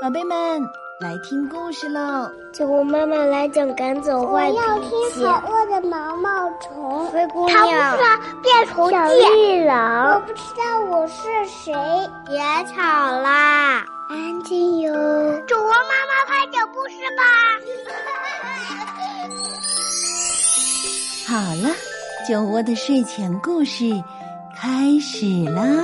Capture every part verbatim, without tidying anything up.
宝贝们，来听故事喽！ 酒窝妈妈来讲赶走坏脾气。 我要听好饿的毛毛虫。 灰姑娘。 他不知道变虫记。 小绿狼。 我不知道我是谁。 别吵啦， 安静哟。酒窝妈妈快讲故事吧。 好了，酒窝的睡前故事开始啦！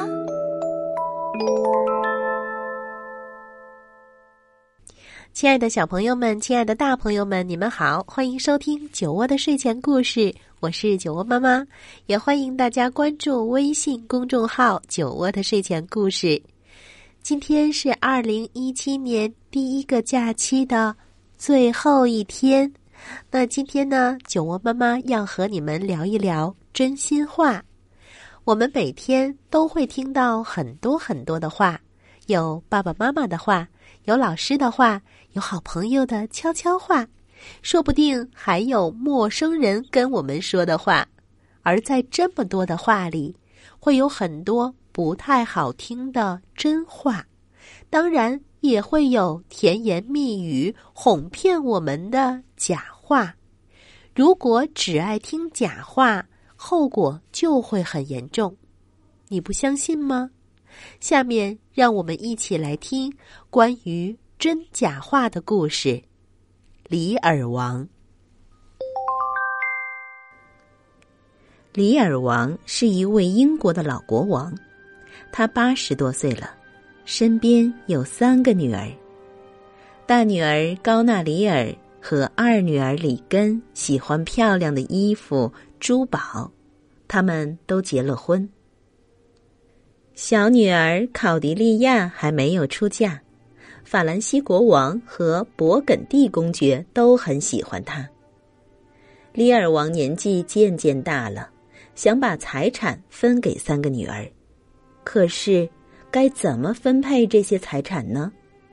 亲爱的小朋友们，亲爱的大朋友们，你们好，欢迎收听酒窝的睡前故事，我是酒窝妈妈，也欢迎大家关注微信公众号酒窝的睡前故事。今天是二零一七年第一个假期的最后一天，那今天呢，酒窝妈妈要和你们聊一聊真心话。我们每天都会听到很多很多的话，有爸爸妈妈的话，有老师的话，有好朋友的悄悄话，说不定还有陌生人跟我们说的话。而在这么多的话里，会有很多不太好听的真话，当然也会有甜言蜜语哄骗我们的假话。如果只爱听假话，后果就会很严重。你不相信吗？下面让我们一起来听关于真假话的故事。李尔王。李尔王是一位英国的老国王，他八十多岁了，身边有三个女儿。大女儿高纳里尔和二女儿里根喜欢漂亮的衣服、珠宝，他们都结了婚。小女儿考迪利亚还没有出嫁，法兰西国王和勃艮第公爵都很喜欢她。李尔王年纪渐渐大了，想把财产分给三个女儿，可是该怎么分配这些财产呢？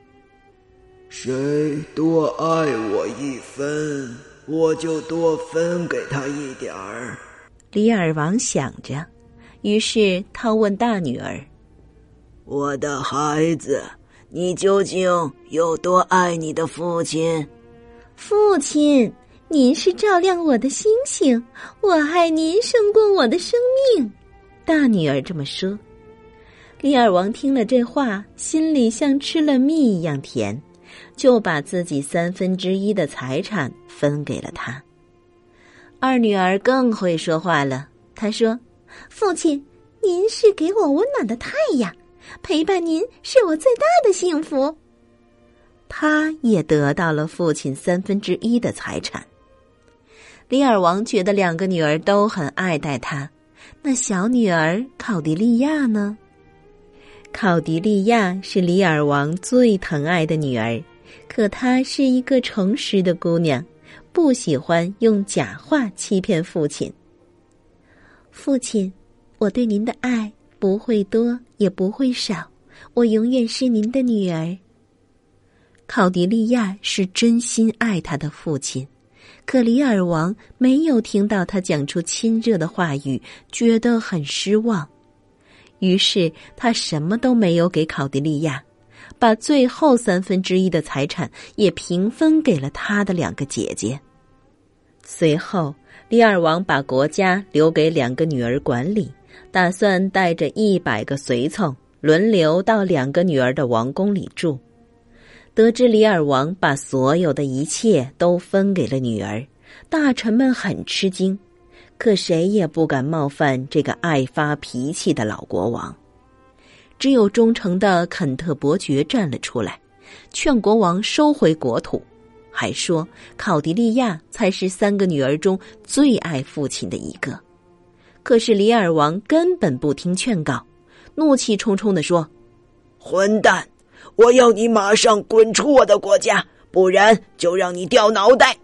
谁多爱我一分，我就多分给他一点儿。 李尔王想着，于是他问大女儿： 我的孩子，你究竟有多爱你的父亲？ 父亲，您是照亮我的星星，我爱您胜过我的生命。大女儿这么说。李尔王听了这话，心里像吃了蜜一样甜，就把自己三分之一的财产分给了他。二女儿更会说话了，她说：父亲，您是给我温暖的太阳，陪伴您是我最大的幸福。她也得到了父亲三分之一的财产。李尔王觉得两个女儿都很爱戴他，那小女儿考迪利亚呢？考迪利亚是李尔王最疼爱的女儿，可她是一个诚实的姑娘，不喜欢用假话欺骗父亲。父亲，我对您的爱不会多也不会少，我永远是您的女儿。考迪利亚是真心爱他的父亲，可李尔王没有听到他讲出亲热的话语，觉得很失望。于是他什么都没有给考迪利亚，把最后三分之一的财产也平分给了他的两个姐姐。随后李尔王把国家留给两个女儿管理，打算带着一百个随从轮流到两个女儿的王宫里住。得知李尔王把所有的一切都分给了女儿，大臣们很吃惊，可谁也不敢冒犯这个爱发脾气的老国王。只有忠诚的肯特伯爵站了出来，劝国王收回国土，还说考迪利亚才是三个女儿中最爱父亲的一个。可是李尔王根本不听劝告，怒气冲冲地说： 混蛋，我要你马上滚出我的国家，不然就让你掉脑袋。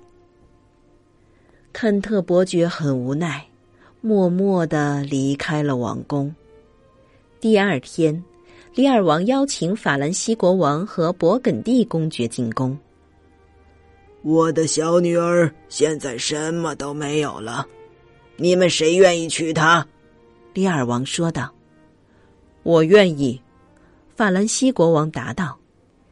肯特伯爵很无奈，默默地离开了王宫。第二天，李尔王邀请法兰西国王和勃艮第公爵进宫。 我的小女儿现在什么都没有了，你们谁愿意娶她？ 李尔王说道。我愿意，法兰西国王答道。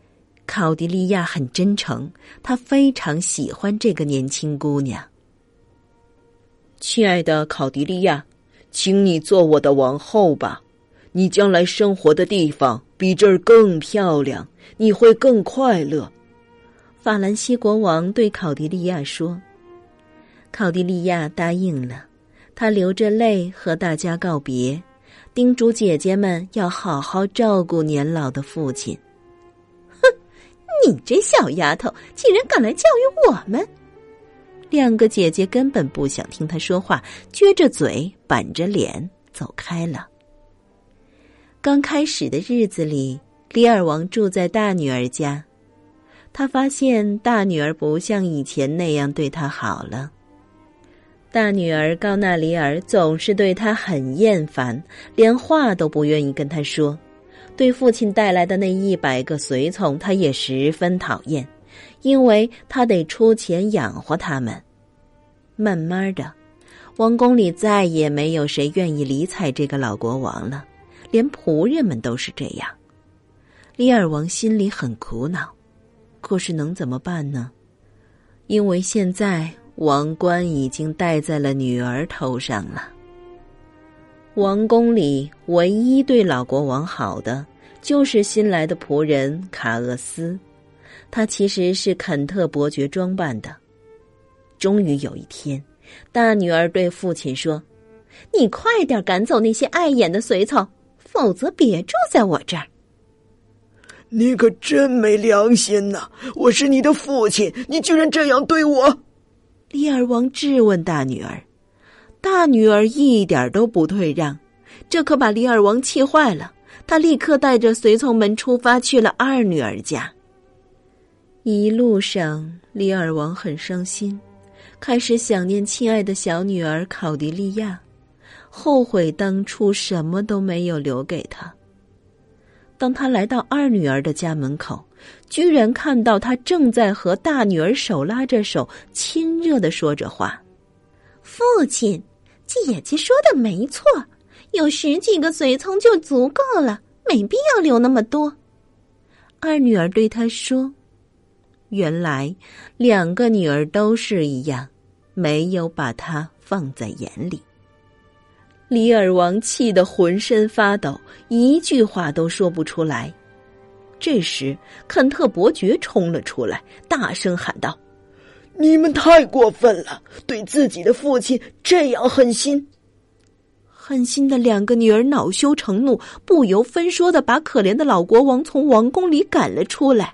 考迪利亚很真诚，她非常喜欢这个年轻姑娘。亲爱的考迪利亚，请你做我的王后吧。你将来生活的地方比这儿更漂亮，你会更快乐。法兰西国王对考迪利亚说。考迪利亚答应了，她流着泪和大家告别，叮嘱姐姐们要好好照顾年老的父亲。哼，你这小丫头竟然敢来教育我们！两个姐姐根本不想听她说话，撅着嘴板着脸走开了。刚开始的日子里，李尔王住在大女儿家，他发现大女儿不像以前那样对他好了。大女儿高纳里尔总是对他很厌烦，连话都不愿意跟他说。对父亲带来的那一百个随从，他也十分讨厌，因为他得出钱养活他们。慢慢的，王宫里再也没有谁愿意理睬这个老国王了，连仆人们都是这样。李尔王心里很苦恼，可是能怎么办呢？因为现在王冠已经戴在了女儿头上了。王宫里唯一对老国王好的，就是新来的仆人卡厄斯，他其实是肯特伯爵装扮的。终于有一天，大女儿对父亲说：“你快点赶走那些碍眼的随从，否则别住在我这儿。” 你可真没良心呐！我是你的父亲，你居然这样对我！ 李尔王质问大女儿，大女儿一点都不退让，这可把李尔王气坏了。他立刻带着随从们出发去了二女儿家。一路上，李尔王很伤心，开始想念亲爱的小女儿考迪利亚，后悔当初什么都没有留给她。当他来到二女儿的家门口，居然看到她正在和大女儿手拉着手，亲热地说着话。父亲，姐姐说的没错，有十几个随从就足够了，没必要留那么多。二女儿对他说。原来两个女儿都是一样，没有把她放在眼里。李尔王气得浑身发抖，一句话都说不出来。这时肯特伯爵冲了出来，大声喊道：“ 你们太过分了，对自己的父亲这样狠心！” 狠心的两个女儿恼羞成怒，不由分说地把可怜的老国王从王宫里赶了出来。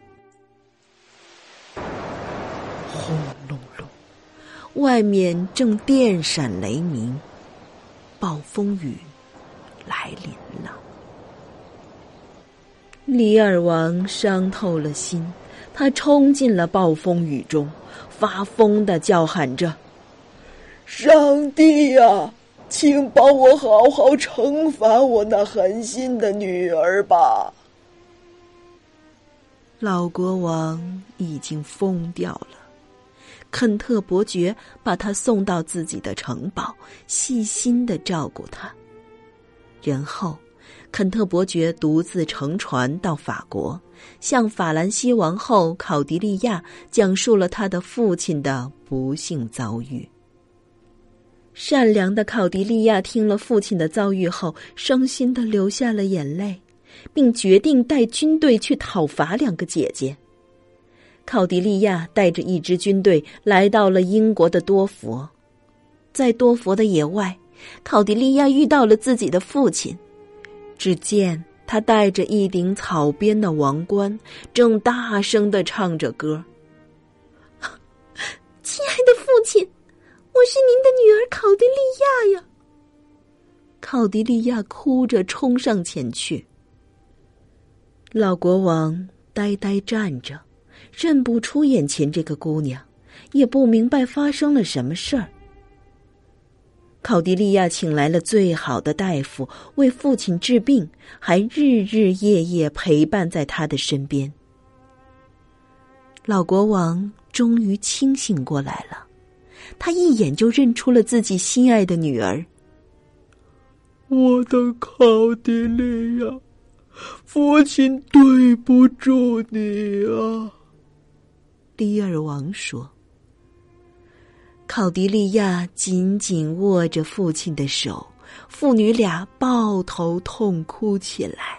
轰隆隆，外面正电闪雷鸣，暴风雨来临了。李尔王伤透了心，他冲进了暴风雨中，发疯地叫喊着：“ 上帝啊，请帮我好好惩罚我那狠心的女儿吧！” 老国王已经疯掉了。肯特伯爵把他送到自己的城堡，细心地照顾他。然后肯特伯爵独自乘船到法国，向法兰西王后考迪利亚讲述了他的父亲的不幸遭遇。善良的考迪利亚听了父亲的遭遇后，伤心地流下了眼泪，并决定带军队去讨伐两个姐姐。考迪利亚带着一支军队来到了英国的多佛。在多佛的野外，考迪利亚遇到了自己的父亲。只见他戴着一顶草编的王冠，正大声地唱着歌：“亲爱的父亲，我是您的女儿考迪利亚呀！”考迪利亚哭着冲上前去。老国王呆呆站着，认不出眼前这个姑娘，也不明白发生了什么事儿。考迪利亚请来了最好的大夫为父亲治病，还日日夜夜陪伴在他的身边。老国王终于清醒过来了，他一眼就认出了自己心爱的女儿。 我的考迪利亚， 父亲对不住你啊。 李尔王说。考迪利亚紧紧握着父亲的手，父女俩抱头痛哭起来。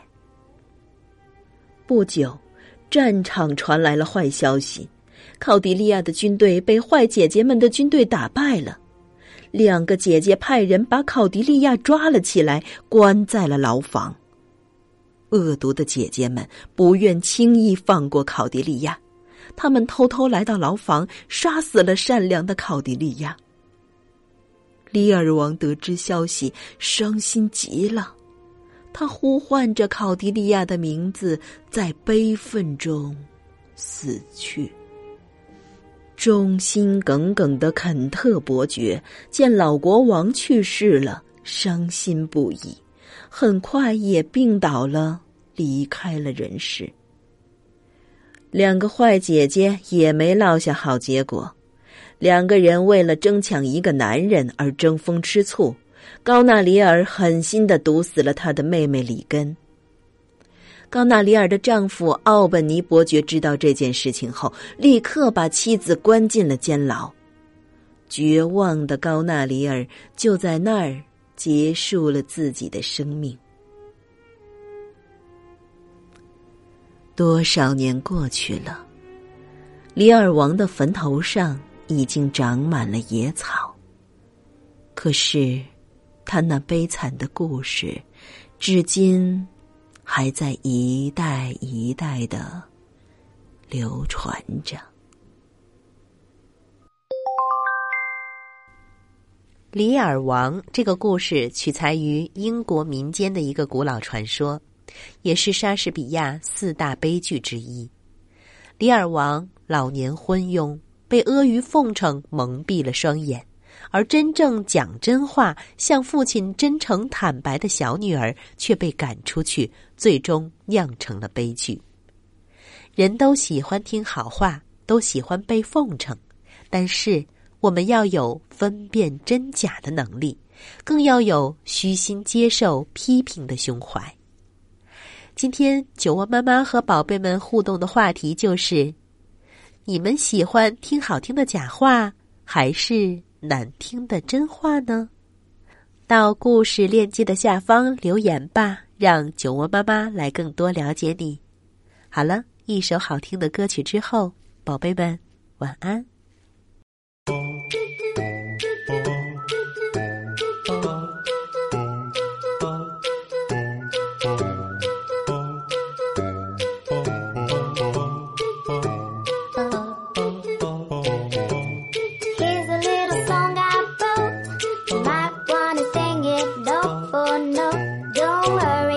不久，战场传来了坏消息，考迪利亚的军队被坏姐姐们的军队打败了。两个姐姐派人把考迪利亚抓了起来，关在了牢房。恶毒的姐姐们不愿轻易放过考迪利亚，他们偷偷来到牢房，杀死了善良的考迪利亚。李尔王得知消息，伤心极了，他呼唤着考迪利亚的名字，在悲愤中死去。忠心耿耿的肯特伯爵见老国王去世了，伤心不已，很快也病倒了，离开了人世。两个坏姐姐也没落下好结果，两个人为了争抢一个男人而争风吃醋，高纳里尔狠心地毒死了他的妹妹里根。高纳里尔的丈夫奥本尼伯爵知道这件事情后，立刻把妻子关进了监牢。绝望的高纳里尔就在那儿结束了自己的生命。多少年过去了，李尔王的坟头上已经长满了野草，可是他那悲惨的故事至今还在一代一代的流传着。 李尔王这个故事取材于英国民间的一个古老传说，也是莎士比亚四大悲剧之一。李尔王老年昏庸，被阿谀奉承蒙蔽了双眼，而真正讲真话向父亲真诚坦白的小女儿却被赶出去，最终酿成了悲剧。人都喜欢听好话，都喜欢被奉承，但是我们要有分辨真假的能力，更要有虚心接受批评的胸怀。今天酒窝妈妈和宝贝们互动的话题就是：你们喜欢听好听的假话，还是难听的真话呢？到故事链接的下方留言吧，让酒窝妈妈来更多了解你。好了，一首好听的歌曲之后，宝贝们晚安。 Don't worry.